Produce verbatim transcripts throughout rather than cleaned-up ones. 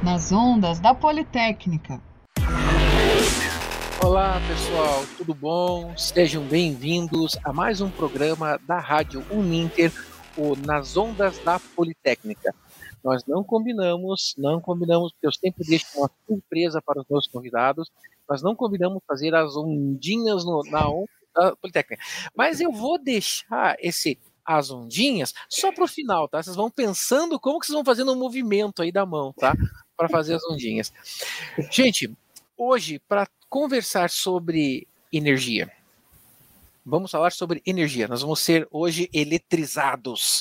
nas ondas da Politécnica. Olá pessoal, tudo bom? Sejam bem-vindos a mais um programa da Rádio Uninter, o Nas Ondas da Politécnica. Nós não combinamos, não combinamos, porque eu sempre deixo uma surpresa para os meus convidados, nós não combinamos fazer as ondinhas no, na onda da Politécnica. Mas eu vou deixar esse as ondinhas só para o final, tá? Vocês vão pensando como que vocês vão fazendo um movimento aí da mão, tá? Para fazer as ondinhas. Gente, hoje, para conversar sobre energia, vamos falar sobre energia. Nós vamos ser hoje eletrizados.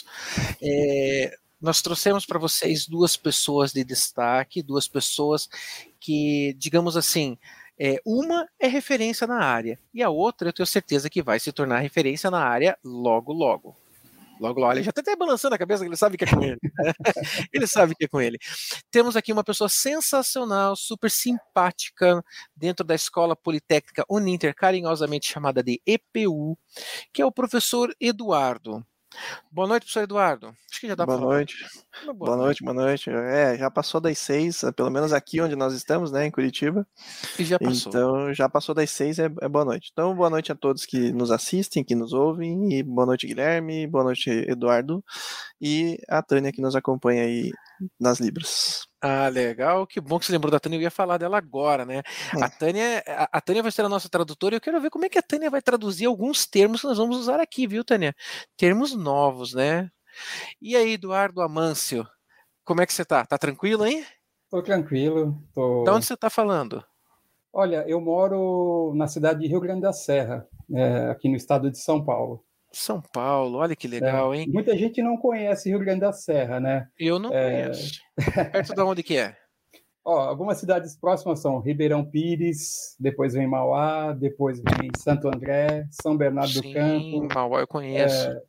É, nós trouxemos para vocês duas pessoas de destaque, duas pessoas que, digamos assim, é, uma é referência na área e a outra eu tenho certeza que vai se tornar referência na área logo, logo. Logo, logo, ele já está até balançando a cabeça, que ele sabe que é com ele. Ele sabe que é com ele. Temos aqui uma pessoa sensacional, super simpática, dentro da Escola Politécnica Uninter, carinhosamente chamada de E P U, que é o professor Eduardo. Boa noite, professor Eduardo. Acho que já dá para Boa falar. noite. Boa, Boa noite, boa noite. É, já passou das seis, pelo menos aqui onde nós estamos, né, em Curitiba. E já passou. Então, já passou das seis, é, é boa noite. Então, boa noite a todos que nos assistem, que nos ouvem, e boa noite, Guilherme, boa noite, Eduardo, e a Tânia que nos acompanha aí nas Libras. Ah, legal, que bom que você lembrou da Tânia, eu ia falar dela agora, né? Hum. A Tânia, a, a Tânia vai ser a nossa tradutora e eu quero ver como é que a Tânia vai traduzir alguns termos que nós vamos usar aqui, viu, Tânia? Termos novos, né? E aí, Eduardo Amâncio, como é que você tá? Tá tranquilo, hein? Tô tranquilo. Tô... De onde você tá falando? Olha, eu moro na cidade de Rio Grande da Serra, é, aqui no estado de São Paulo. São Paulo, olha que legal, É, hein? muita gente não conhece Rio Grande da Serra, né? Eu não É... conheço. Perto de onde que é? Ó, algumas cidades próximas são Ribeirão Pires, depois vem Mauá, depois vem Santo André, São Bernardo Sim, do Campo. Mauá eu conheço. É,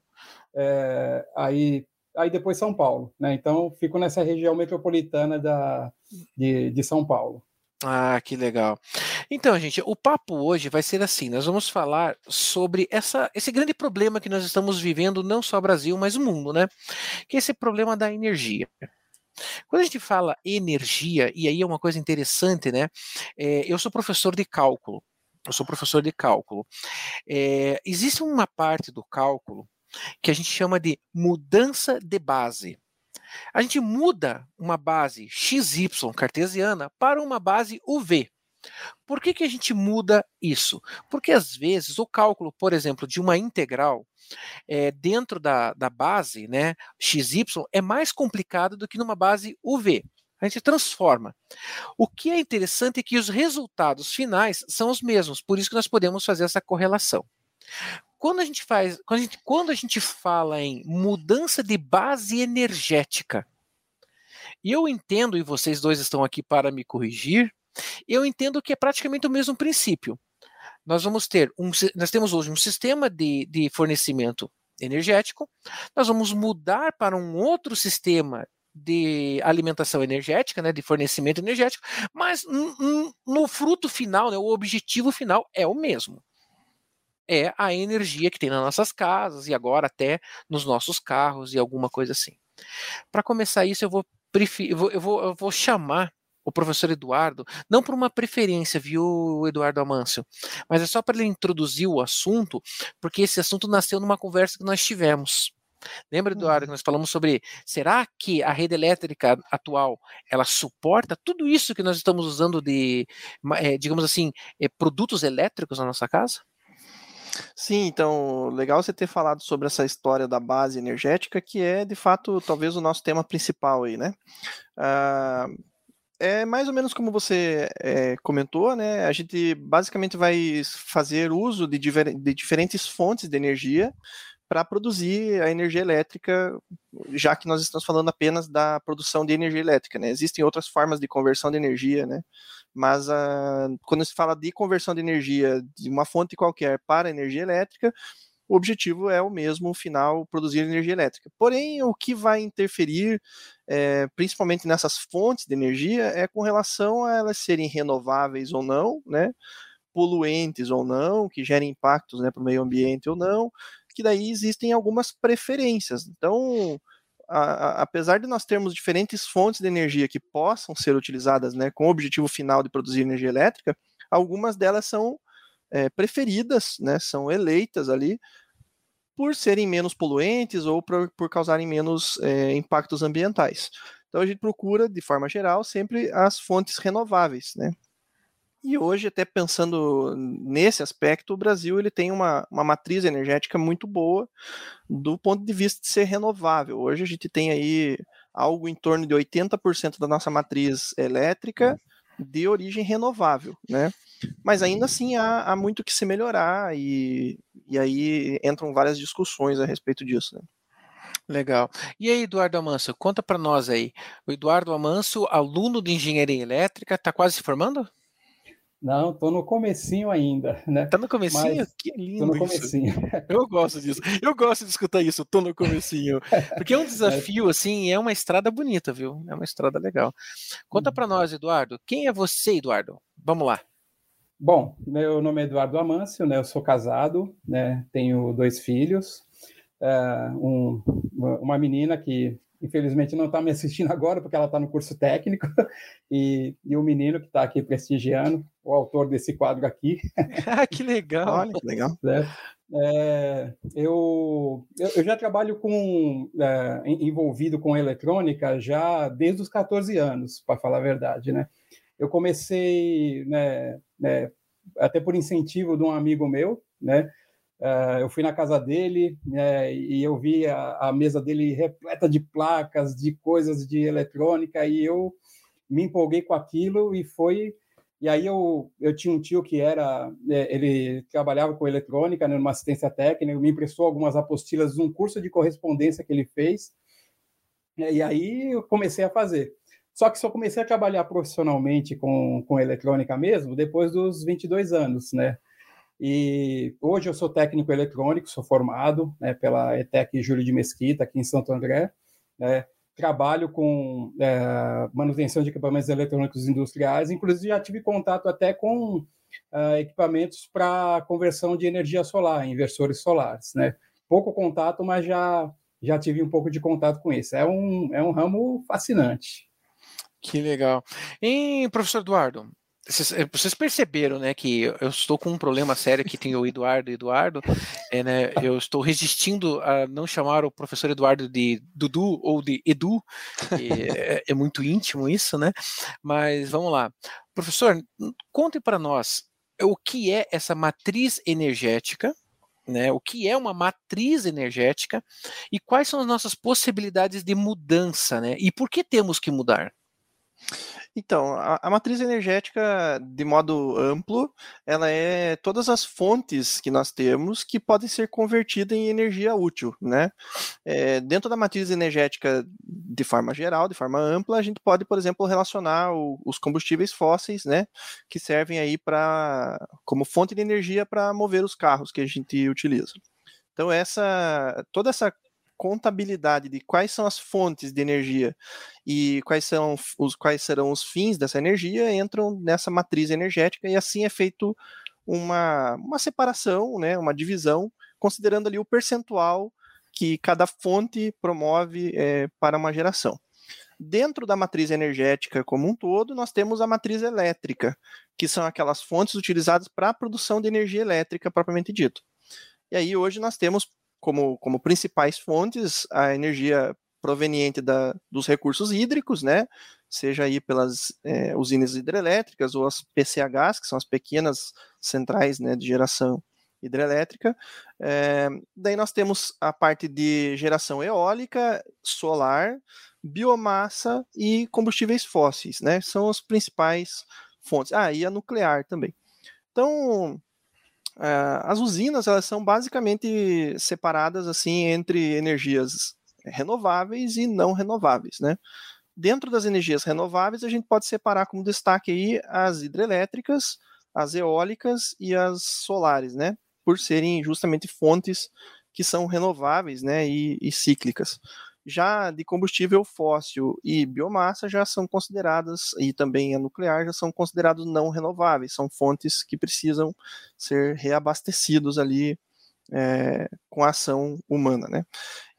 é, aí, aí depois São Paulo, né? Então, fico nessa região metropolitana da, de, de São Paulo. Ah, que legal. Então, gente, o papo hoje vai ser assim, nós vamos falar sobre essa, esse grande problema que nós estamos vivendo, não só o Brasil, mas o mundo, né? Que é esse problema da energia. Quando a gente fala energia, e aí é uma coisa interessante, né? É, eu sou professor de cálculo, eu sou professor de cálculo. É, existe uma parte do cálculo que a gente chama de mudança de base. A gente muda uma base X Y cartesiana para uma base U V. Por que que a gente muda isso? Porque às vezes o cálculo, por exemplo, de uma integral é, dentro da, da base, né, X Y, é mais complicado do que numa base U V. A gente transforma. O que é interessante é que os resultados finais são os mesmos, por isso que nós podemos fazer essa correlação. Quando a gente faz, quando a gente, quando a gente fala em mudança de base energética, e eu entendo, e vocês dois estão aqui para me corrigir, eu entendo que é praticamente o mesmo princípio. Nós vamos ter um, nós temos hoje um sistema de, de fornecimento energético, nós vamos mudar para um outro sistema de alimentação energética, né, de fornecimento energético, mas no, no fruto final, né, o objetivo final é o mesmo. É a energia que tem nas nossas casas e agora até nos nossos carros e alguma coisa assim. Para começar isso, eu vou, prefer... eu, vou, eu, vou, eu vou chamar o professor Eduardo, não por uma preferência, viu, Eduardo Amâncio, mas é só para ele introduzir o assunto, porque esse assunto nasceu numa conversa que nós tivemos. Lembra, Eduardo, que nós falamos sobre, será que a rede elétrica atual, ela suporta tudo isso que nós estamos usando de, é, digamos assim, é, produtos elétricos na nossa casa? Sim, então, legal você ter falado sobre essa história da base energética, que é, de fato, talvez o nosso tema principal aí, né? Ah, é mais ou menos como você é, comentou, né? A gente basicamente vai fazer uso de, diver de diferentes fontes de energia para produzir a energia elétrica, já que nós estamos falando apenas da produção de energia elétrica, né? Existem outras formas de conversão de energia, né? Mas uh, quando se fala de conversão de energia de uma fonte qualquer para energia elétrica, o objetivo é o mesmo, final, produzir energia elétrica. Porém, o que vai interferir, é, principalmente nessas fontes de energia, é com relação a elas serem renováveis ou não, né? Poluentes ou não, que gerem impactos, né, para o meio ambiente ou não, que daí existem algumas preferências. Então, a, a, apesar de nós termos diferentes fontes de energia que possam ser utilizadas, né, com o objetivo final de produzir energia elétrica, algumas delas são é, preferidas, né, são eleitas ali por serem menos poluentes ou por, por causarem menos é, impactos ambientais. Então a gente procura, de forma geral, sempre as fontes renováveis, né? E hoje, até pensando nesse aspecto, o Brasil ele tem uma, uma matriz energética muito boa do ponto de vista de ser renovável. Hoje a gente tem aí algo em torno de oitenta por cento da nossa matriz elétrica de origem renovável, né? Mas ainda assim há, há muito que se melhorar e, e aí entram várias discussões a respeito disso, né? Legal. E aí, Eduardo Amancio, conta para nós aí. O Eduardo Amancio, aluno de engenharia elétrica, está quase se formando? Não, estou no comecinho ainda, né? Tá no comecinho? Mas Que lindo tô no isso. comecinho. Eu gosto disso. Eu gosto de escutar isso, tô no comecinho. Porque é um desafio, assim, é uma estrada bonita, viu? É uma estrada legal. Conta para nós, Eduardo. Quem é você, Eduardo? Vamos lá. Bom, meu nome é Eduardo Amancio, né? Eu sou casado, né? Tenho dois filhos. Uh, um, uma menina que infelizmente não está me assistindo agora porque ela está no curso técnico e, e o menino que está aqui prestigiando, o autor desse quadro aqui. Ah, que legal! Olha, que legal. Né? É, eu, eu já trabalho com é, envolvido com eletrônica já desde os catorze anos, para falar a verdade, né? Eu comecei, né, né, até por incentivo de um amigo meu, né? Uh, eu fui na casa dele, né, e eu vi a, a mesa dele repleta de placas, de coisas de eletrônica, e eu me empolguei com aquilo e foi... E aí eu, eu tinha um tio que era... É, ele trabalhava com eletrônica, né, numa assistência técnica, me emprestou algumas apostilas de um curso de correspondência que ele fez, né, e aí eu comecei a fazer. Só que só comecei a trabalhar profissionalmente com, com eletrônica mesmo depois dos vinte e dois anos, né? E hoje eu sou técnico eletrônico, sou formado, né, pela E T E C Júlio de Mesquita, aqui em Santo André, né, trabalho com é, manutenção de equipamentos eletrônicos industriais, inclusive já tive contato até com é, equipamentos para conversão de energia solar, inversores solares, né? Pouco contato, mas já, já tive um pouco de contato com isso. É um, é um ramo fascinante. Que legal. E, professor Eduardo, Vocês, vocês perceberam, né, que eu estou com um problema sério que tem o Eduardo e Eduardo, é, né, eu estou resistindo a não chamar o professor Eduardo de Dudu ou de Edu, é, é muito íntimo isso, né, mas vamos lá. Professor, conte para nós o que é essa matriz energética, né, o que é uma matriz energética e quais são as nossas possibilidades de mudança, né, e por que temos que mudar? Então, a, a matriz energética, de modo amplo, ela é todas as fontes que nós temos que podem ser convertidas em energia útil, né? É, dentro da matriz energética, de forma geral, de forma ampla, a gente pode, por exemplo, relacionar o, os combustíveis fósseis, né? Que servem aí para como fonte de energia para mover os carros que a gente utiliza. Então, essa toda essa contabilidade de quais são as fontes de energia e quais, são os, quais serão os fins dessa energia entram nessa matriz energética e assim é feito uma, uma separação, né, uma divisão, considerando ali o percentual que cada fonte promove é, para uma geração. Dentro da matriz energética como um todo, nós temos a matriz elétrica, que são aquelas fontes utilizadas para a produção de energia elétrica propriamente dito. E aí hoje nós temos Como, como principais fontes a energia proveniente da, dos recursos hídricos, né? Seja aí pelas é, usinas hidrelétricas ou as P C Hs, que são as pequenas centrais, né, de geração hidrelétrica. É, daí nós temos a parte de geração eólica, solar, biomassa e combustíveis fósseis, né? São as principais fontes. Ah, e a nuclear também. Então, Uh, as usinas elas são basicamente separadas assim entre energias renováveis e não renováveis, né? Dentro das energias renováveis a gente pode separar como destaque aí as hidrelétricas, as eólicas e as solares, né? Por serem justamente fontes que são renováveis, né? E, e cíclicas. Já de combustível fóssil e biomassa já são consideradas, e também a nuclear, já são considerados não renováveis, são fontes que precisam ser reabastecidos ali é, com a ação humana, né?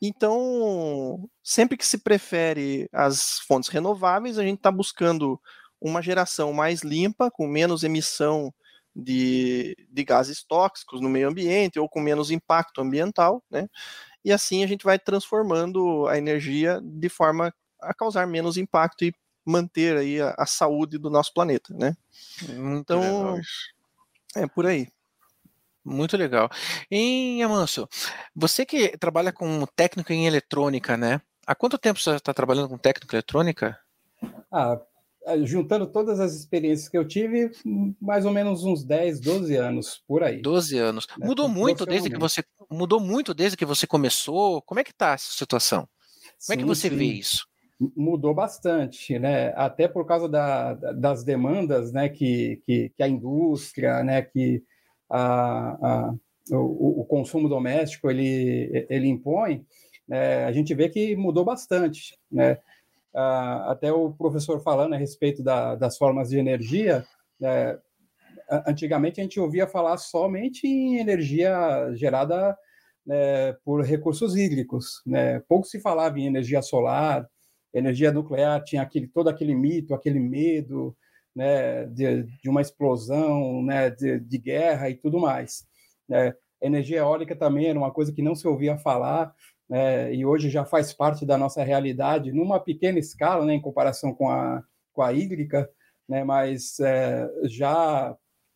Então, sempre que se prefere as fontes renováveis, a gente está buscando uma geração mais limpa, com menos emissão de, de gases tóxicos no meio ambiente ou com menos impacto ambiental, né? E assim a gente vai transformando a energia de forma a causar menos impacto e manter aí a, a saúde do nosso planeta, né? Muito então, legal isso. É por aí. Muito legal. E, Amâncio, você que trabalha como técnico em eletrônica, né? Há quanto tempo você está trabalhando com técnico em eletrônica? Ah, juntando todas as experiências que eu tive, mais ou menos uns dez, doze anos, por aí. doze anos. Né? Mudou muito desde que você mudou muito desde que você começou? Como é que está essa situação? Como sim, é que você sim. vê isso? Mudou bastante, né? Até por causa da, das demandas, né, que, que, que a indústria, né, que a, a, o, o consumo doméstico ele, ele impõe, né? A gente vê que mudou bastante, né? Ah, até o professor falando a respeito da, das formas de energia, né? Antigamente a gente ouvia falar somente em energia gerada, né, por recursos hídricos, né? Pouco se falava em energia solar, energia nuclear, tinha aquele, todo aquele mito, aquele medo, né, de, de uma explosão, né, de, de guerra e tudo mais. Né? Energia eólica também era uma coisa que não se ouvia falar, né, e hoje já faz parte da nossa realidade, numa pequena escala, né, em comparação com a, com a hídrica, né, mas é, já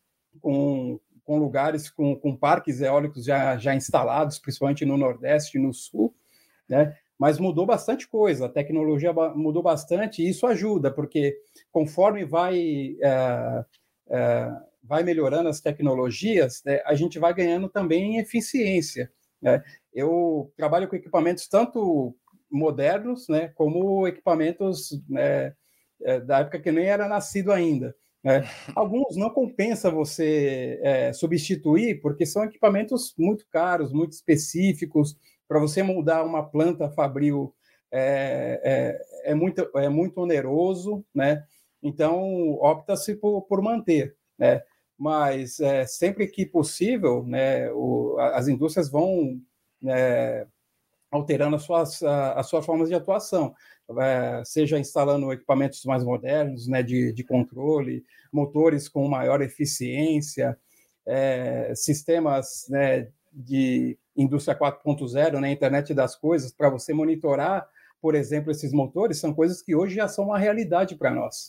com, com lugares, com, com parques eólicos já, já instalados, principalmente no Nordeste e no Sul, né? Mas mudou bastante coisa, a tecnologia mudou bastante e isso ajuda, porque conforme vai, é, é, vai melhorando as tecnologias, né, a gente vai ganhando também em eficiência. Né? Eu trabalho com equipamentos tanto modernos, né, como equipamentos, né, da época que nem era nascido ainda. Né? Alguns não compensa você é, substituir, porque são equipamentos muito caros, muito específicos. Para você mudar uma planta fabril é, é, é, muito, é muito oneroso, né? Então opta-se por, por manter, né? Mas é, sempre que possível, né, o, as indústrias vão, né, alterando as suas, as suas formas de atuação, é, seja instalando equipamentos mais modernos, né, de, de controle, motores com maior eficiência, é, sistemas, né, de indústria quatro ponto zero, né, internet das coisas, para você monitorar, por exemplo, esses motores, são coisas que hoje já são uma realidade para nós.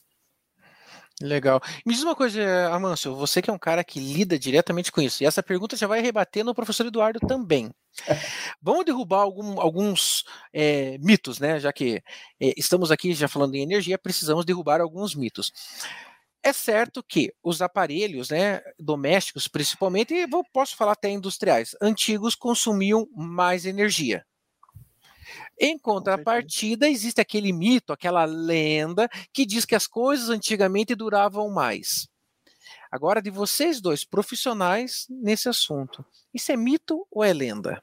Legal. Me diz uma coisa, Amâncio, você que é um cara que lida diretamente com isso, e essa pergunta já vai rebater no professor Eduardo também. Vamos derrubar algum, alguns é, mitos, né? Já que é, estamos aqui já falando em energia, precisamos derrubar alguns mitos. É certo que os aparelhos, né, domésticos principalmente, e eu posso falar até industriais, antigos consumiam mais energia. Em contrapartida, existe aquele mito, aquela lenda que diz que as coisas antigamente duravam mais. Agora, de vocês dois profissionais nesse assunto, isso é mito ou é lenda?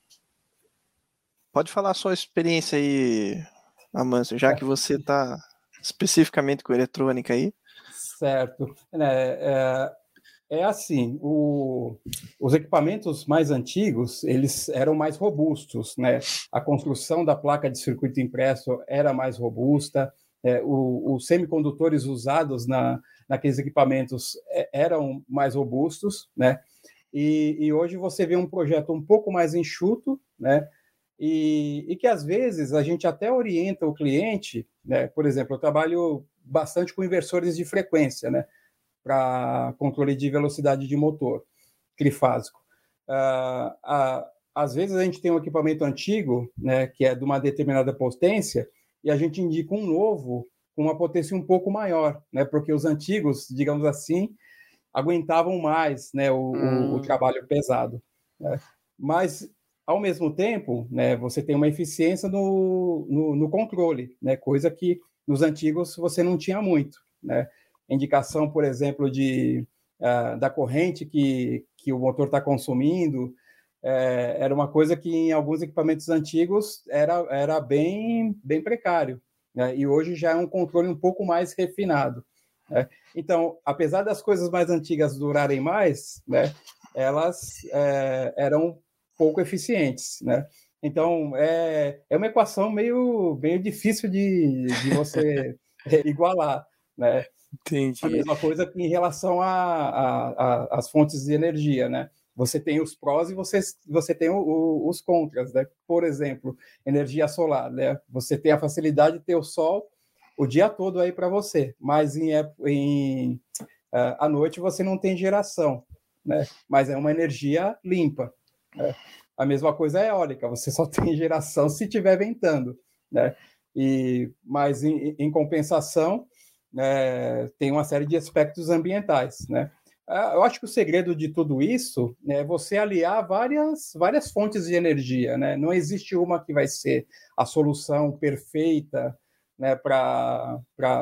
Pode falar a sua experiência aí, Amâncio, já que você está especificamente com eletrônica aí. Certo. É, é, é assim, o, os equipamentos mais antigos, eles eram mais robustos, né? A construção da placa de circuito impresso era mais robusta, é, o, os semicondutores usados na, naqueles equipamentos eram mais robustos, né? E, e hoje você vê um projeto um pouco mais enxuto, né? E, e que às vezes a gente até orienta o cliente, né? Por exemplo, eu trabalho bastante com inversores de frequência, né, para controle de velocidade de motor trifásico. Uh, uh, às vezes a gente tem um equipamento antigo, né, que é de uma determinada potência, e a gente indica um novo com uma potência um pouco maior, né, porque os antigos, digamos assim, aguentavam mais, né, o, hum. o, o trabalho pesado. Né? Mas ao mesmo tempo, né, você tem uma eficiência no, no, no controle, né, coisa que nos antigos você não tinha muito, né? Indicação, por exemplo, de, uh, da corrente que, que o motor está consumindo, é, era uma coisa que em alguns equipamentos antigos era, era bem, bem precário, né? E hoje já é um controle um pouco mais refinado. Né? Então, apesar das coisas mais antigas durarem mais, né, elas é, eram pouco eficientes, né? Então, é, é uma equação meio, meio difícil de, de você igualar, né? Entendi. A mesma coisa em relação às fontes de energia, né? Você tem os prós e você, você tem o, o, os contras, né? Por exemplo, energia solar, né? Você tem a facilidade de ter o sol o dia todo aí para você, mas em, em, à noite você não tem geração, né? Mas é uma energia limpa, né? A mesma coisa é eólica, você só tem geração se estiver ventando, né? E, mas, em, em compensação, é, tem uma série de aspectos ambientais, né? Eu acho que o segredo de tudo isso é você aliar várias, várias fontes de energia, né? Não existe uma que vai ser a solução perfeita, né, para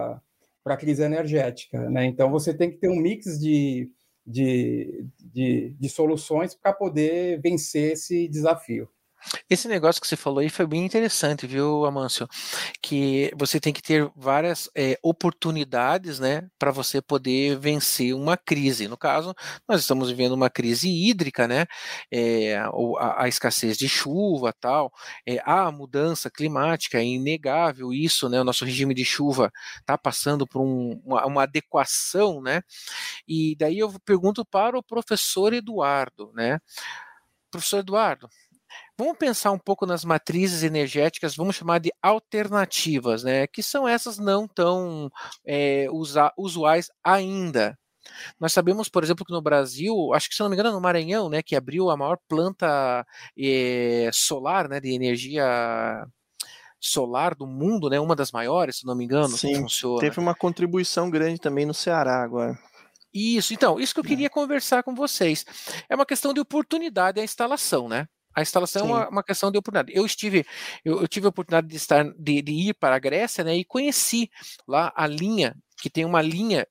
a crise energética, né? Então, você tem que ter um mix de, de, de, de soluções para poder vencer esse desafio. Esse negócio que você falou aí foi bem interessante, viu, Amâncio? Que você tem que ter várias é, oportunidades, né, para você poder vencer uma crise. No caso, nós estamos vivendo uma crise hídrica, né? É, a, a escassez de chuva, tal, é, a mudança climática, é inegável isso, né? O nosso regime de chuva está passando por um, uma, uma adequação, né? E daí eu pergunto para o professor Eduardo, né? Professor Eduardo, vamos pensar um pouco nas matrizes energéticas, vamos chamar de alternativas, né? Que são essas não tão é, usa, usuais ainda. Nós sabemos, por exemplo, que no Brasil, acho que se não me engano, no Maranhão, né, que abriu a maior planta é, solar, né, de energia solar do mundo, né, uma das maiores, se não me engano, Sim, que funciona. Teve uma contribuição grande também no Ceará agora. Isso, então, isso que eu queria é. conversar com vocês. É uma questão de oportunidade a instalação, né? A instalação Sim. é uma, uma questão de oportunidade. Eu estive, eu, eu tive a oportunidade de estar, de, de ir para a Grécia, né? E conheci lá a linha, que tem uma linha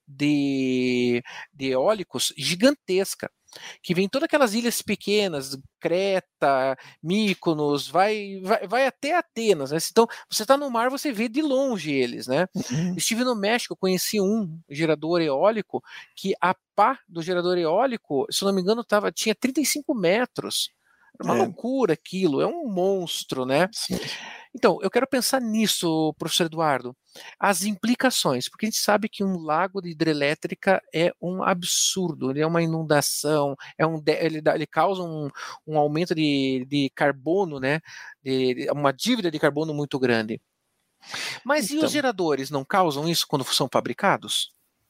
de, de eólicos gigantesca, que vem todas aquelas ilhas pequenas, Creta, Mykonos, vai, vai, vai até Atenas, né? Então, você está no mar, você vê de longe eles, né? Uhum. Estive no México, conheci um gerador eólico, que a pá do gerador eólico, se não me engano, tava, tinha trinta e cinco metros. Era uma é. loucura aquilo, é um monstro, né? Sim. Então, eu quero pensar nisso, professor Eduardo, as implicações, porque a gente sabe que um lago de hidrelétrica é um absurdo, ele é uma inundação, é um, ele, dá, ele causa um, um aumento de, de carbono, né? De, de, uma dívida de carbono muito grande. Mas então, e os geradores não causam isso quando são fabricados?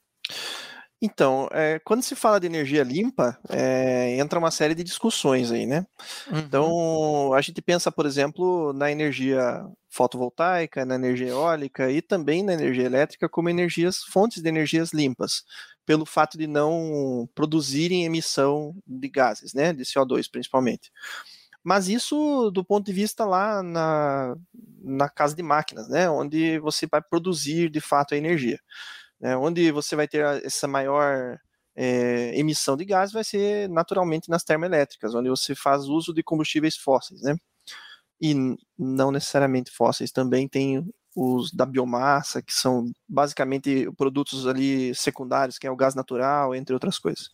Então, é, quando se fala de energia limpa, é, entra uma série de discussões aí, né? Uhum. Então, a gente pensa, por exemplo, na energia fotovoltaica, na energia eólica e também na energia elétrica como energias, fontes de energias limpas, pelo fato de não produzirem emissão de gases, né? De C O dois, principalmente. Mas isso do ponto de vista lá na, na casa de máquinas, né? Onde você vai produzir, de fato, a energia. É, onde você vai ter essa maior é, emissão de gás vai ser naturalmente nas termoelétricas, onde você faz uso de combustíveis fósseis, né? E não necessariamente fósseis, também tem os da biomassa, que são basicamente produtos ali secundários, que é o gás natural, entre outras coisas.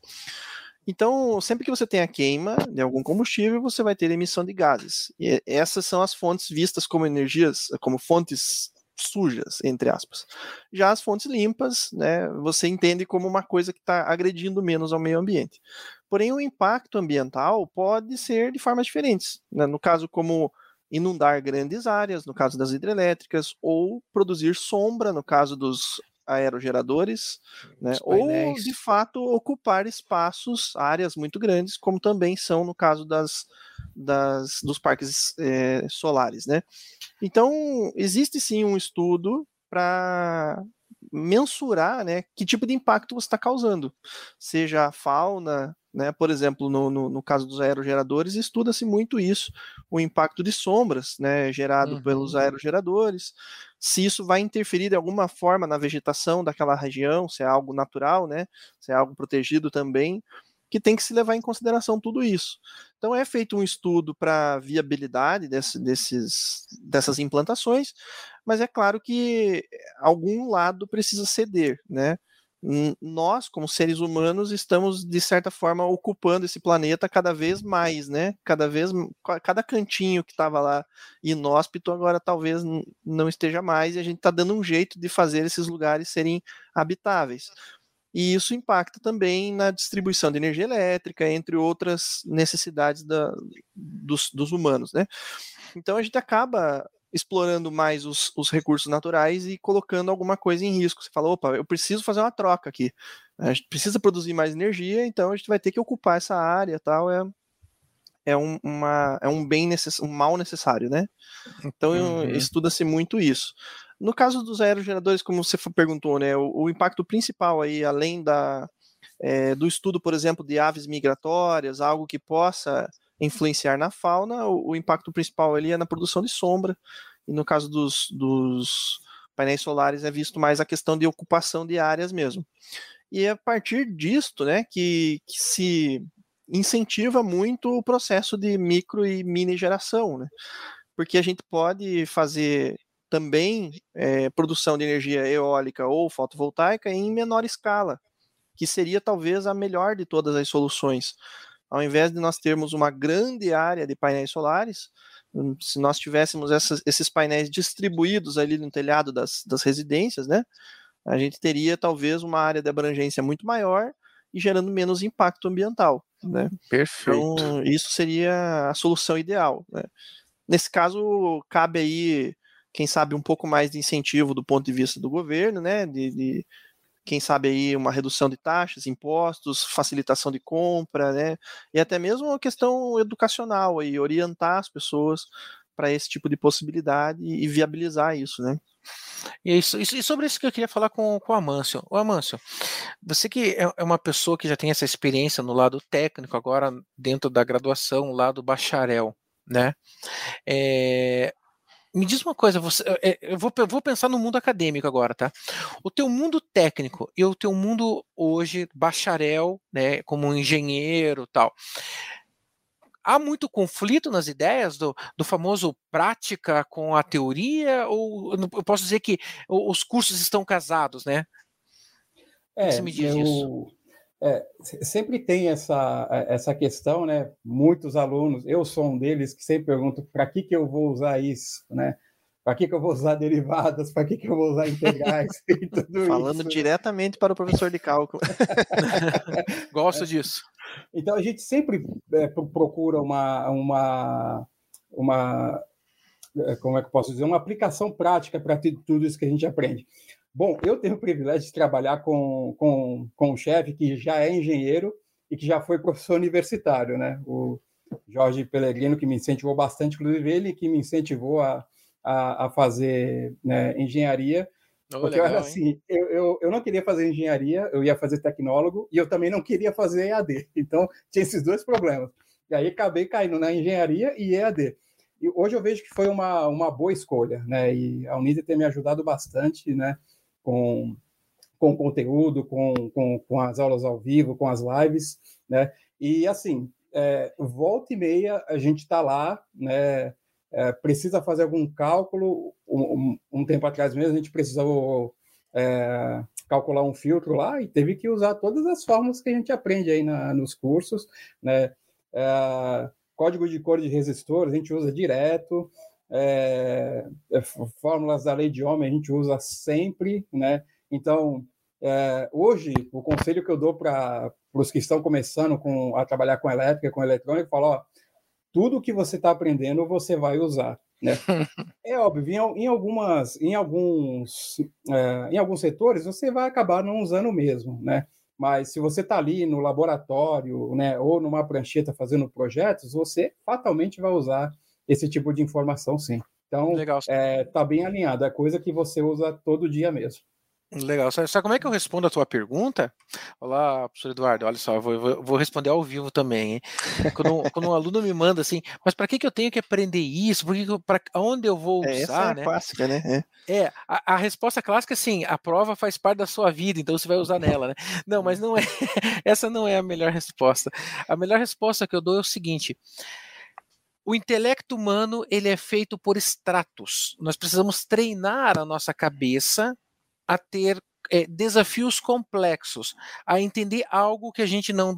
Então, sempre que você tem a queima de algum combustível, você vai ter emissão de gases. E essas são as fontes vistas como energias, como fontes sujas, entre aspas. Já as fontes limpas, né, você entende como uma coisa que está agredindo menos ao meio ambiente. Porém, o impacto ambiental pode ser de formas diferentes, né? No caso, como inundar grandes áreas, no caso das hidrelétricas, ou produzir sombra, no caso dos aerogeradores, né? Ou, de fato, ocupar espaços, áreas muito grandes, como também são no caso das, das, dos parques é, solares, né? Então, existe sim um estudo para mensurar, né, que tipo de impacto você está causando, seja a fauna, né, por exemplo, no, no, no caso dos aerogeradores, estuda-se muito isso, o impacto de sombras, né, gerado uhum. pelos aerogeradores, se isso vai interferir de alguma forma na vegetação daquela região, se é algo natural, né, se é algo protegido também, que tem que se levar em consideração tudo isso. Então é feito um estudo para viabilidade desse, desses, dessas implantações, mas é claro que algum lado precisa ceder, né? nós, como seres humanos, estamos, de certa forma, ocupando esse planeta cada vez mais, né? Cada vez, cada cantinho que estava lá inóspito, agora talvez não esteja mais, e a gente está dando um jeito de fazer esses lugares serem habitáveis. E isso impacta também na distribuição de energia elétrica, entre outras necessidades da, dos, dos humanos, né? Então a gente acaba explorando mais os, os recursos naturais e colocando alguma coisa em risco. Você fala, opa, eu preciso fazer uma troca aqui. A gente precisa produzir mais energia, então a gente vai ter que ocupar essa área, tal, é, é, um, uma, é um bem necess, um mal necessário, né? Então uhum. estuda-se muito isso. No caso dos aerogeradores, como você perguntou, né, o, o impacto principal aí, além da, é, do estudo, por exemplo, de aves migratórias, algo que possa influenciar na fauna, o, o impacto principal ali é na produção de sombra, e no caso dos, dos painéis solares é visto mais a questão de ocupação de áreas mesmo. E é a partir disto, né, que, que se incentiva muito o processo de micro e mini geração, né, porque a gente pode fazer também é, produção de energia eólica ou fotovoltaica em menor escala, que seria talvez a melhor de todas as soluções. Ao invés de nós termos uma grande área de painéis solares, se nós tivéssemos essas, esses painéis distribuídos ali no telhado das, das residências, né, a gente teria talvez uma área de abrangência muito maior e gerando menos impacto ambiental, né? Perfeito. Então, isso seria a solução ideal, né? Nesse caso, cabe aí, quem sabe, um pouco mais de incentivo do ponto de vista do governo, né, de, de quem sabe aí uma redução de taxas, impostos, facilitação de compra, né, e até mesmo uma questão educacional aí, orientar as pessoas para esse tipo de possibilidade e viabilizar isso, né. E, isso, isso, e sobre isso que eu queria falar com, com o Amâncio. O Amâncio, você que é, é uma pessoa que já tem essa experiência no lado técnico, agora dentro da graduação, lá do bacharel, né, é... Me diz uma coisa, você, eu, vou, eu vou pensar no mundo acadêmico agora, tá? O teu mundo técnico e o teu mundo hoje, bacharel, né, como um engenheiro e tal, há muito conflito nas ideias do, do famoso prática com a teoria, ou eu posso dizer que os cursos estão casados, né? É, o que você me diz eu... disso? É, sempre tem essa, essa questão, né? Muitos alunos, eu sou um deles que sempre pergunto para que, que eu vou usar isso, né? Para que, que eu vou usar derivadas, para que, que eu vou usar integrais e tudo Falando isso. diretamente para o professor de cálculo. Gosto disso. Então a gente sempre é, procura uma, uma, uma, como é que eu posso dizer, uma aplicação prática para tudo isso que a gente aprende. Bom, eu tenho o privilégio de trabalhar com, com, com um chefe que já é engenheiro e que já foi professor universitário, né? O Jorge Pellegrino, que me incentivou bastante, inclusive ele que me incentivou a, a, a fazer, né, engenharia. Oh, porque legal, eu era assim, eu, eu, eu não queria fazer engenharia, eu ia fazer tecnólogo e eu também não queria fazer E A D. Então, tinha esses dois problemas. E aí acabei caindo na engenharia e E A D. E hoje eu vejo que foi uma, uma boa escolha, né? E a Unisa tem me ajudado bastante, né? Com, com conteúdo, com, com, com as aulas ao vivo, com as lives, né? E assim, é, volta e meia a gente está lá, né? É, precisa fazer algum cálculo. Um, um, um tempo atrás mesmo a gente precisou é, calcular um filtro lá e teve que usar todas as fórmulas que a gente aprende aí na, nos cursos, né? É, código de cor de resistor a gente usa direto. É, fórmulas da lei de Ohm a gente usa sempre, né? Então, é, hoje, o conselho que eu dou para os que estão começando com, a trabalhar com elétrica, com eletrônica, eu falo, ó, tudo que você está aprendendo você vai usar, né? É óbvio, em, em, algumas, em, alguns, é, em alguns setores você vai acabar não usando mesmo, né? Mas se você está ali no laboratório, né, ou numa prancheta fazendo projetos, você fatalmente vai usar esse tipo de informação, sim. Então, está é, bem alinhado, é coisa que você usa todo dia mesmo. Legal. Sabe, sabe como é que eu respondo a tua pergunta? Olá, professor Eduardo, olha só, eu vou, eu vou responder ao vivo também, hein? Quando, quando um aluno me manda assim, mas para que, que eu tenho que aprender isso? Por que que eu, pra, onde eu vou usar? É, essa é a né? clássica, né? É, é a, a resposta clássica é assim, a prova faz parte da sua vida, então você vai usar nela, né? Não, mas não é, essa não é a melhor resposta. A melhor resposta que eu dou é o seguinte: o intelecto humano, ele é feito por estratos. Nós precisamos treinar a nossa cabeça a ter é, desafios complexos, a entender algo que a gente não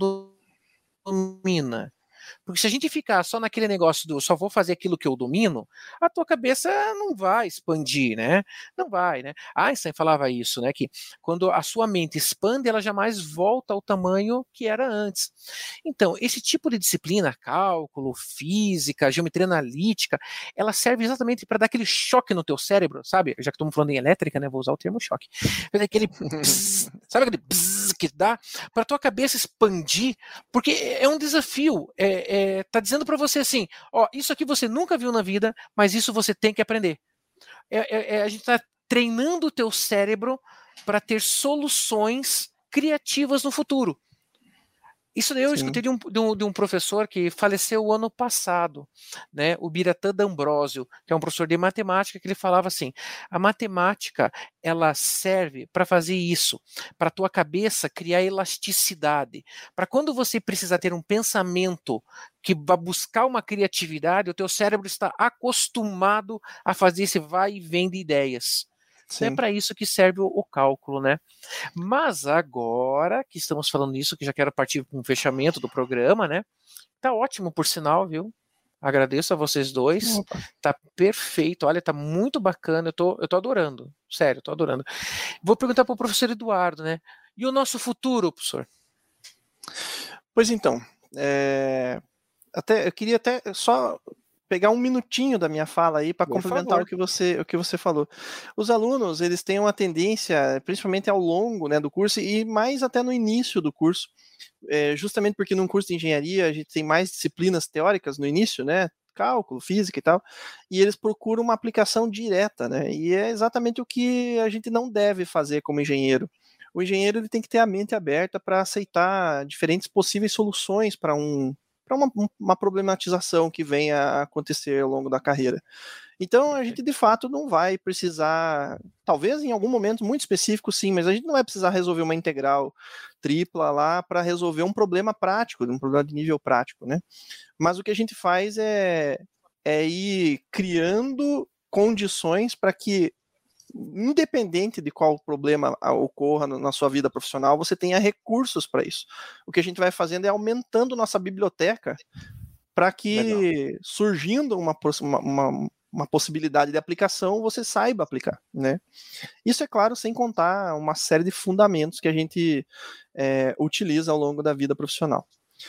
domina. Porque se a gente ficar só naquele negócio do só vou fazer aquilo que eu domino, a tua cabeça não vai expandir, né? Não vai, né? Einstein falava isso, né? Que quando a sua mente expande, ela jamais volta ao tamanho que era antes. Então, esse tipo de disciplina, cálculo, física, geometria analítica, ela serve exatamente para dar aquele choque no teu cérebro, sabe? Já que estamos falando em elétrica, né? Vou usar o termo choque. Aquele bzz, sabe aquele bzz que dá para tua cabeça expandir, porque é um desafio. É, É, tá dizendo para você assim, ó, isso aqui você nunca viu na vida, mas isso você tem que aprender. É, é, é, a gente está treinando o teu cérebro para ter soluções criativas no futuro. Isso daí eu Sim. escutei de um, de, um, de um professor que faleceu o ano passado, né, o Biratã D'Ambrosio, que é um professor de matemática, que ele falava assim, a matemática, ela serve para fazer isso, para a tua cabeça criar elasticidade, para quando você precisar ter um pensamento que vai buscar uma criatividade, o teu cérebro está acostumado a fazer esse vai e vem de ideias. Sim. É para isso que serve o, o cálculo, né? Mas agora que estamos falando nisso, que já quero partir com o fechamento do programa, né? Tá ótimo, por sinal, viu? Agradeço a vocês dois. Opa. Tá perfeito. Olha, tá muito bacana. Eu tô, eu tô adorando. Sério, eu tô adorando. Vou perguntar para o professor Eduardo, né? E o nosso futuro, professor? Pois então, é... até, eu queria até só pegar um minutinho da minha fala aí para complementar o que, você, o que você falou. Os alunos, eles têm uma tendência, principalmente ao longo, né, do curso e mais até no início do curso, é, justamente porque num curso de engenharia a gente tem mais disciplinas teóricas no início, né, cálculo, física e tal, e eles procuram uma aplicação direta, né, e é exatamente o que a gente não deve fazer como engenheiro. O engenheiro ele tem que ter a mente aberta para aceitar diferentes possíveis soluções para um para uma, uma problematização que venha a acontecer ao longo da carreira. Então, a gente, de fato, não vai precisar, talvez em algum momento muito específico, sim, mas a gente não vai precisar resolver uma integral tripla lá para resolver um problema prático, um problema de nível prático, né? Mas o que a gente faz é, é ir criando condições para que, independente de qual problema ocorra na sua vida profissional, você tenha recursos para isso. O que a gente vai fazendo é aumentando nossa biblioteca para que, Legal. surgindo uma, uma, uma possibilidade de aplicação, você saiba aplicar, né? Isso, é claro, sem contar uma série de fundamentos que a gente é, utiliza ao longo da vida profissional.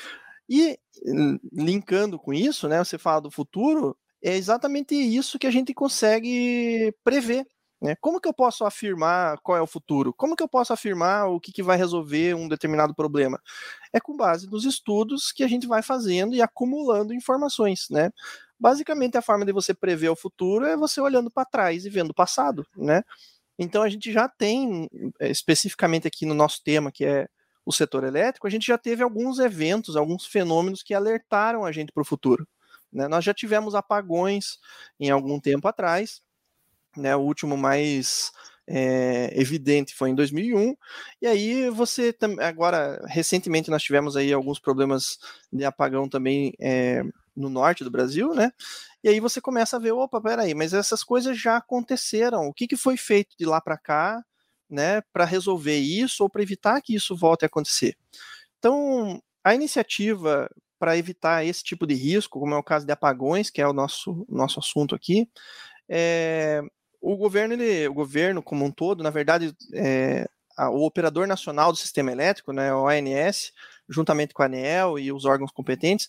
E, linkando com isso, né, você fala do futuro, é exatamente isso que a gente consegue prever. Como que eu posso afirmar qual é o futuro? Como que eu posso afirmar o que, que vai resolver um determinado problema? É com base nos estudos que a gente vai fazendo e acumulando informações, né? Basicamente, a forma de você prever o futuro é você olhando para trás e vendo o passado, né? Então, a gente já tem, especificamente aqui no nosso tema, que é o setor elétrico, a gente já teve alguns eventos, alguns fenômenos que alertaram a gente para o futuro, né? Nós já tivemos apagões em algum tempo atrás, né, o último mais é, evidente foi em dois mil e um, e aí você, agora, recentemente nós tivemos aí alguns problemas de apagão também é, no norte do Brasil, né, e aí você começa a ver, opa, peraí, mas essas coisas já aconteceram, o que, que foi feito de lá para cá, né, para resolver isso ou para evitar que isso volte a acontecer? Então, a iniciativa para evitar esse tipo de risco, como é o caso de apagões, que é o nosso, nosso assunto aqui, é... O governo, ele, o governo como um todo, na verdade, é, a, o Operador Nacional do Sistema Elétrico, né, o A N S, juntamente com a ANEEL e os órgãos competentes,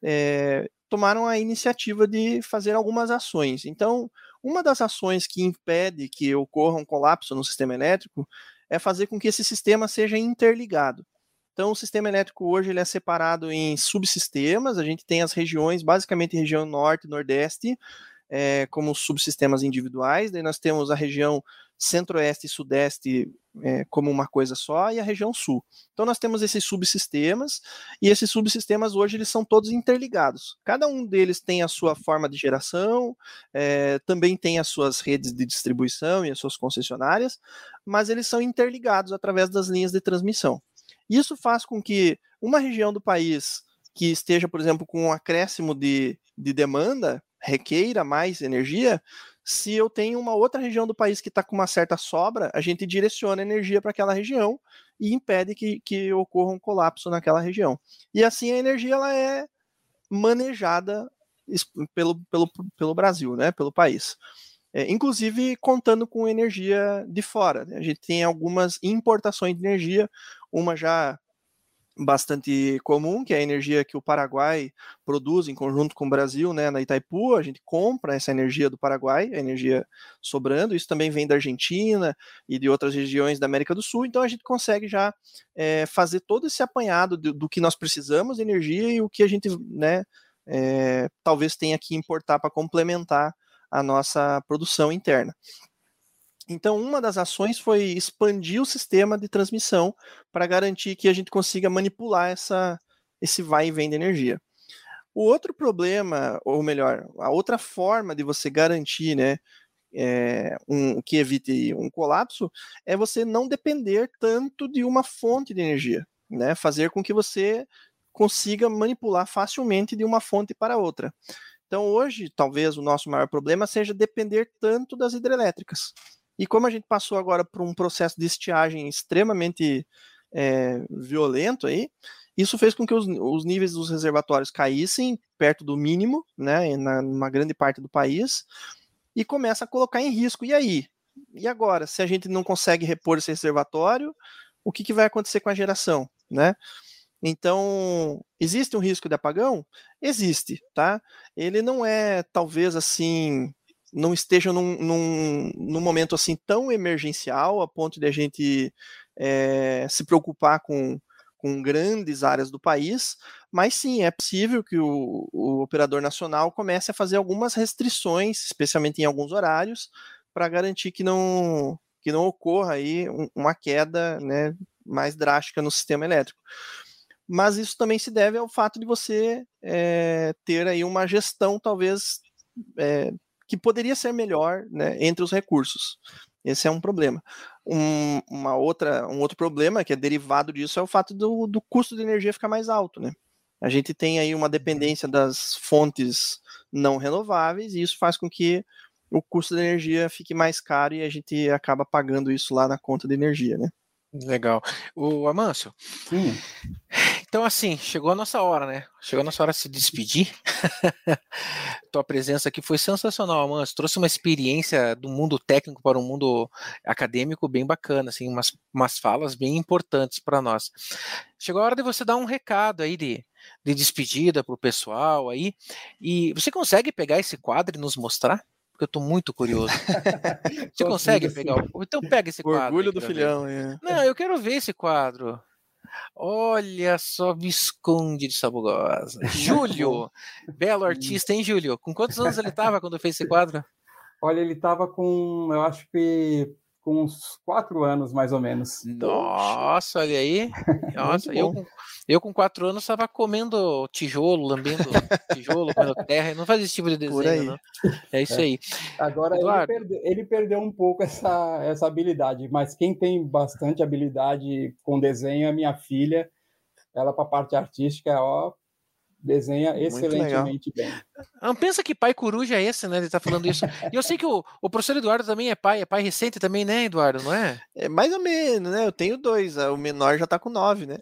é, tomaram a iniciativa de fazer algumas ações. Então, uma das ações que impede que ocorra um colapso no sistema elétrico é fazer com que esse sistema seja interligado. Então, o sistema elétrico hoje ele é separado em subsistemas, a gente tem as regiões, basicamente região norte e nordeste, É, como subsistemas individuais, daí nós temos a região centro-oeste e sudeste é, como uma coisa só, e a região sul. Então nós temos esses subsistemas, e esses subsistemas hoje eles são todos interligados. Cada um deles tem a sua forma de geração, é, também tem as suas redes de distribuição e as suas concessionárias, mas eles são interligados através das linhas de transmissão. Isso faz com que uma região do país que esteja, por exemplo, com um acréscimo de, de demanda, requeira mais energia, Se eu tenho uma outra região do país que está com uma certa sobra, a gente direciona a energia para aquela região e impede que, que ocorra um colapso naquela região. E assim a energia ela é manejada pelo, pelo, pelo Brasil, né, pelo país. É, inclusive contando com energia de fora. A gente tem algumas importações de energia, uma já bastante comum, que é a energia que o Paraguai produz em conjunto com o Brasil, né, na Itaipu. A gente compra essa energia do Paraguai, a energia sobrando. Isso também vem da Argentina e de outras regiões da América do Sul. Então a gente consegue já é, fazer todo esse apanhado do, do que nós precisamos de energia e o que a gente, né, é, talvez tenha que importar para complementar a nossa produção interna. Então, uma das ações foi expandir o sistema de transmissão para garantir que a gente consiga manipular essa, esse vai e vem de energia. O outro problema, ou melhor, a outra forma de você garantir, né, é, um, que evite um colapso, é você não depender tanto de uma fonte de energia, né, fazer com que você consiga manipular facilmente de uma fonte para outra. Então, hoje, talvez o nosso maior problema seja depender tanto das hidrelétricas. E como a gente passou agora por um processo de estiagem extremamente é, violento aí, isso fez com que os, os níveis dos reservatórios caíssem perto do mínimo, né, na, numa grande parte do país, e começa a colocar em risco. E aí? E agora? Se a gente não consegue repor esse reservatório, o que, que vai acontecer com a geração, né? Então, existe um risco de apagão? Existe, tá? Ele não é, talvez, assim, não esteja num, num, num momento assim tão emergencial a ponto de a gente é, se preocupar com, com grandes áreas do país, mas sim, é possível que o, o operador nacional comece a fazer algumas restrições, especialmente em alguns horários, para garantir que não, que não ocorra aí uma queda, né, mais drástica no sistema elétrico. Mas isso também se deve ao fato de você é, ter aí uma gestão, talvez, é, que poderia ser melhor, né, entre os recursos. Esse é um problema. Um, uma outra, um outro problema que é derivado disso é o fato do, do custo de energia ficar mais alto, né? A gente tem aí uma dependência das fontes não renováveis e isso faz com que o custo da energia fique mais caro e a gente acaba pagando isso lá na conta de energia, né? Legal. O Amâncio, Hum. então assim, chegou a nossa hora, né? Chegou a nossa hora de se despedir. Tua presença aqui foi sensacional, Amâncio. Trouxe uma experiência do mundo técnico para o mundo acadêmico bem bacana, assim, umas, umas falas bem importantes para nós. Chegou a hora de você dar um recado aí de, de despedida para o pessoal aí. E você consegue pegar esse quadro e nos mostrar? Porque eu estou muito curioso. Você consegue pegar? O... Então pega esse o quadro. Orgulho do filhão. É. Não, eu quero ver esse quadro. Olha só, Visconde de Sabugosa. Júlio, belo artista, hein, Júlio? Com quantos anos ele estava quando fez esse quadro? Olha, ele estava com, eu acho que com uns quatro anos, mais ou menos. Nossa, olha aí. Nossa, eu com, eu com quatro anos estava comendo tijolo, lambendo tijolo, comendo terra. Eu não fazia esse tipo de desenho, não. É isso é. aí. Agora, ele perdeu, ele perdeu um pouco essa, essa habilidade, mas quem tem bastante habilidade com desenho é minha filha. Ela, para a parte artística, ó, desenha muito excelentemente legal. Bem. Não pensa que pai coruja é esse, né? Ele tá falando isso. E eu sei que o, o professor Eduardo também é pai, é pai recente também, né, Eduardo, não é? É mais ou menos, né? Eu tenho dois, o menor já tá com nove, né?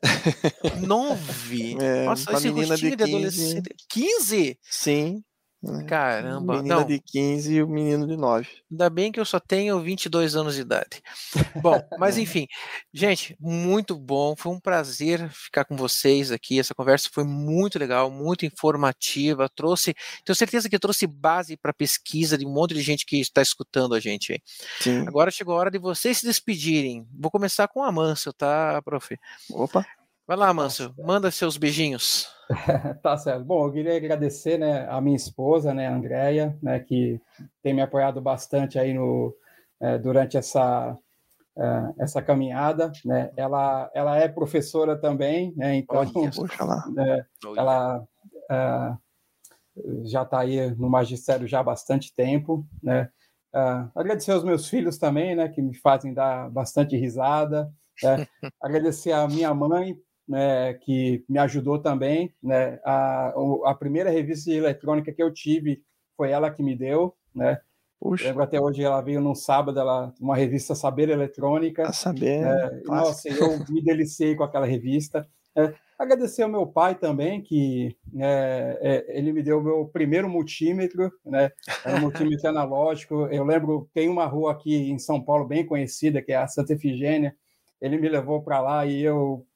Nove? É, nossa, esse menina rostinho de, de quinze. Adolescente. quinze? Sim. Caramba. Menina não. de quinze e o menino de nove. Ainda bem que eu só tenho vinte e dois anos de idade. Bom, mas enfim, gente, muito bom, foi um prazer ficar com vocês aqui, essa conversa foi muito legal, muito informativa, trouxe, tenho certeza que trouxe base para pesquisa de um monte de gente que está escutando a gente aí. Sim. Agora chegou a hora de vocês se despedirem, vou começar com o Amâncio, tá, prof? Opa! Vai lá, Amâncio, manda seus beijinhos. Tá certo. Bom, eu queria agradecer, né, a minha esposa, né, a Andréia, né, que tem me apoiado bastante aí no, é, durante essa, é, essa caminhada, né, ela, ela é professora também, né, então é, ela é, já está aí no magistério já há bastante tempo, né, é, agradecer aos meus filhos também, né, que me fazem dar bastante risada, né, agradecer a minha mãe, né, que me ajudou também, né, a, a primeira revista de eletrônica que eu tive foi ela que me deu, né, Puxa. Lembro até hoje, ela veio num sábado, ela, uma revista Saber Eletrônica. A Saber, é, nossa, eu me deliciei com aquela revista. É, agradecer ao meu pai também, que é, é, ele me deu o meu primeiro multímetro, né? Era um multímetro analógico. Eu lembro, tem uma rua aqui em São Paulo bem conhecida, que é a Santa Efigênia. Ele me levou para lá e eu,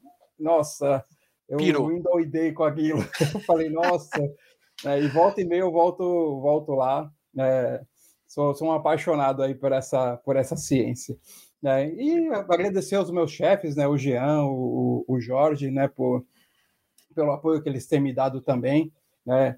nossa, eu Pirou. me endoidei com aquilo. Eu falei, nossa, é, e volta e meia eu volto, volto lá. É, sou, sou um apaixonado aí por essa, por essa ciência. Né? E agradecer aos meus chefes, né, o Jean, o, o Jorge, né, por, pelo apoio que eles têm me dado também, né,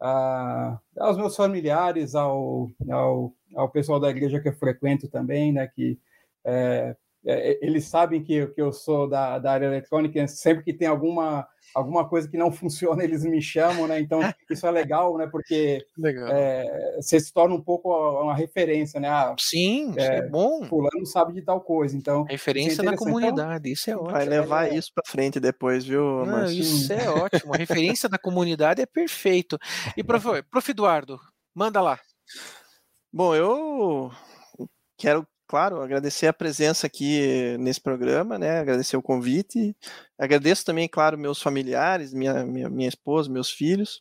a, aos meus familiares, ao, ao, ao pessoal da igreja que eu frequento também, né, que é, é, eles sabem que, que eu sou da, da área eletrônica, sempre que tem alguma, alguma coisa que não funciona, eles me chamam, né, então isso é legal, né, porque Legal. É, você se torna um pouco uma referência, né, ah, Sim, isso é, é bom. Fulano sabe de tal coisa, então... Referência na comunidade, isso é ótimo. Vai levar isso para frente depois, viu, Não, Márcio? isso é ótimo, a referência da comunidade é perfeito. E, prof, prof. Eduardo, manda lá. Bom, eu quero, claro, agradecer a presença aqui nesse programa, né, agradecer o convite, agradeço também, claro, meus familiares, minha, minha, minha esposa, meus filhos,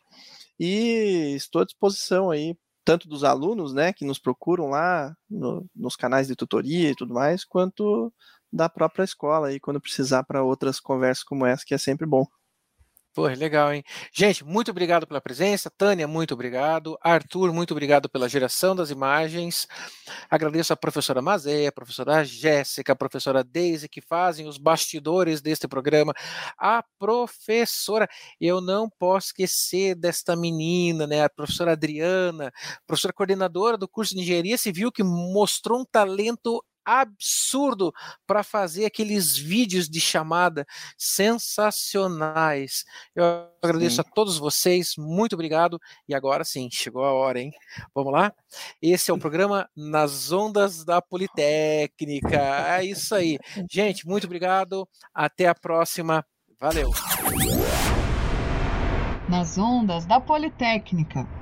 e estou à disposição aí, tanto dos alunos, né, que nos procuram lá no, nos canais de tutoria e tudo mais, quanto da própria escola aí, quando precisar para outras conversas como essa, que é sempre bom. Pô, legal, hein? Gente, muito obrigado pela presença. Tânia, muito obrigado. Arthur, muito obrigado pela geração das imagens. Agradeço a professora Mazé, a professora Jéssica, a professora Deise, que fazem os bastidores deste programa. A professora, eu não posso esquecer desta menina, né? A professora Adriana, professora coordenadora do curso de Engenharia Civil, que mostrou um talento absurdo para fazer aqueles vídeos de chamada sensacionais. Eu agradeço sim. a todos vocês, muito obrigado. E agora sim, chegou a hora, hein? Vamos lá? Esse é o programa Nas Ondas da Politécnica. É isso aí. Gente, muito obrigado. Até a próxima. Valeu. Nas Ondas da Politécnica.